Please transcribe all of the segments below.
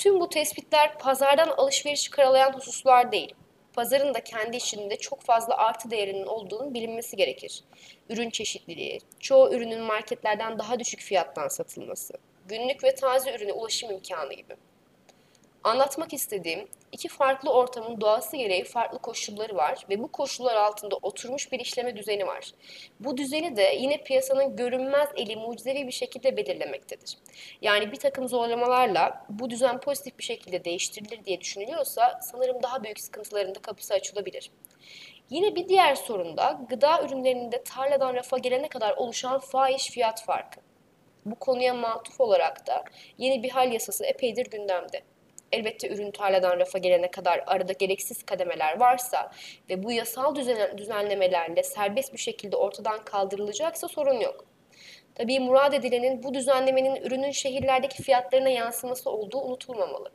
Tüm bu tespitler pazardan alışverişi karalayan hususlar değil. Pazarın da kendi içinde çok fazla artı değerinin olduğunun bilinmesi gerekir. Ürün çeşitliliği, çoğu ürünün marketlerden daha düşük fiyattan satılması, günlük ve taze ürüne ulaşım imkanı gibi. Anlatmak istediğim, iki farklı ortamın doğası gereği farklı koşulları var ve bu koşullar altında oturmuş bir işleme düzeni var. Bu düzeni de yine piyasanın görünmez eli mucizevi bir şekilde belirlemektedir. Yani bir takım zorlamalarla bu düzen pozitif bir şekilde değiştirilir diye düşünülüyorsa sanırım daha büyük sıkıntıların da kapısı açılabilir. Yine bir diğer sorun da gıda ürünlerinde tarladan rafa gelene kadar oluşan fahiş fiyat farkı. Bu konuya matuf olarak da yeni bir hal yasası epeydir gündemde. Elbette ürün tarladan rafa gelene kadar arada gereksiz kademeler varsa ve bu yasal düzenlemelerle serbest bir şekilde ortadan kaldırılacaksa sorun yok. Tabii murad edilenin bu düzenlemenin ürünün şehirlerdeki fiyatlarına yansıması olduğu unutulmamalı.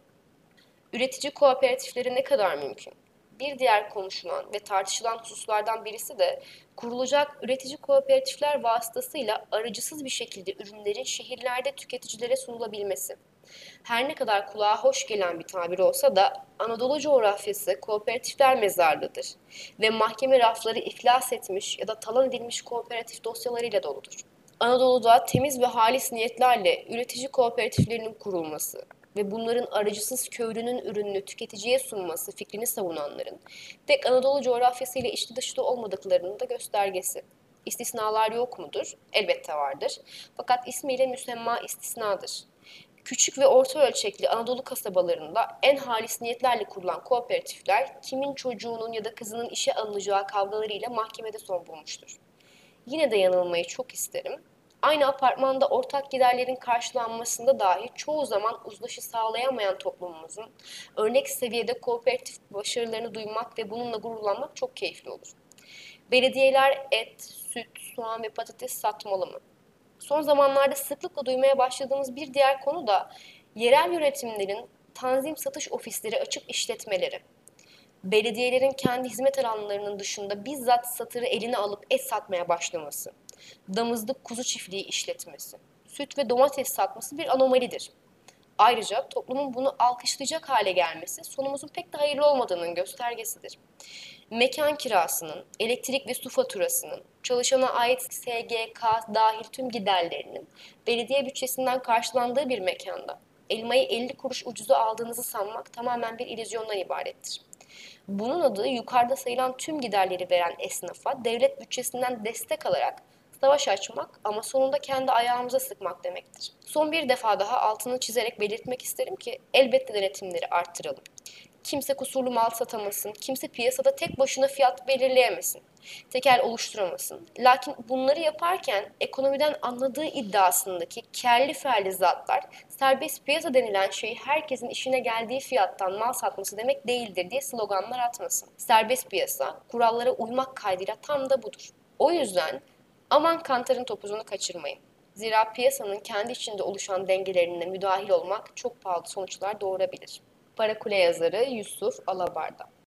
Üretici kooperatifleri ne kadar mümkün? Bir diğer konuşulan ve tartışılan hususlardan birisi de kurulacak üretici kooperatifler vasıtasıyla aracısız bir şekilde ürünlerin şehirlerde tüketicilere sunulabilmesi. Her ne kadar kulağa hoş gelen bir tabir olsa da Anadolu coğrafyası kooperatifler mezarlığıdır ve mahkeme rafları iflas etmiş ya da talan edilmiş kooperatif dosyalarıyla doludur. Anadolu'da temiz ve halis niyetlerle üretici kooperatiflerinin kurulması ve bunların aracısız köylünün ürününü tüketiciye sunması fikrini savunanların pek Anadolu coğrafyasıyla içli dışlı olmadıklarının da göstergesi. İstisnalar yok mudur? Elbette vardır. Fakat ismiyle müsemma istisnadır. Küçük ve orta ölçekli Anadolu kasabalarında en halis niyetlerle kurulan kooperatifler kimin çocuğunun ya da kızının işe alınacağı kavgalarıyla mahkemede son bulmuştur. Yine de yanılmayı çok isterim. Aynı apartmanda ortak giderlerin karşılanmasında dahi çoğu zaman uzlaşı sağlayamayan toplumumuzun örnek seviyede kooperatif başarılarını duymak ve bununla gururlanmak çok keyifli olur. Belediyeler et, süt, soğan ve patates satmalı mı? Son zamanlarda sıklıkla duymaya başladığımız bir diğer konu da yerel yönetimlerin tanzim satış ofisleri açıp işletmeleri. Belediyelerin kendi hizmet alanlarının dışında bizzat satırı eline alıp et satmaya başlaması, damızlık kuzu çiftliği işletmesi, süt ve domates satması bir anomalidir. Ayrıca toplumun bunu alkışlayacak hale gelmesi sonumuzun pek de hayırlı olmadığının göstergesidir. Mekan kirasının, elektrik ve su faturasının, çalışana ait SGK dahil tüm giderlerinin belediye bütçesinden karşılandığı bir mekanda elmayı 50 kuruş ucuza aldığınızı sanmak tamamen bir illüzyondan ibarettir. Bunun adı yukarıda sayılan tüm giderleri veren esnafa devlet bütçesinden destek alarak savaş açmak ama sonunda kendi ayağımıza sıkmak demektir. Son bir defa daha altını çizerek belirtmek isterim ki elbette denetimleri arttıralım. Kimse kusurlu mal satamasın, kimse piyasada tek başına fiyat belirleyemesin, tekel oluşturamasın. Lakin bunları yaparken ekonomiden anladığı iddiasındaki kelli felli zatlar serbest piyasa denilen şey herkesin işine geldiği fiyattan mal satması demek değildir diye sloganlar atmasın. Serbest piyasa kurallara uymak kaydıyla tam da budur. O yüzden aman kantarın topuzunu kaçırmayın. Zira piyasanın kendi içinde oluşan dengelerine müdahil olmak çok pahalı sonuçlar doğurabilir. Parakule yazarı Yusuf Alabar'da.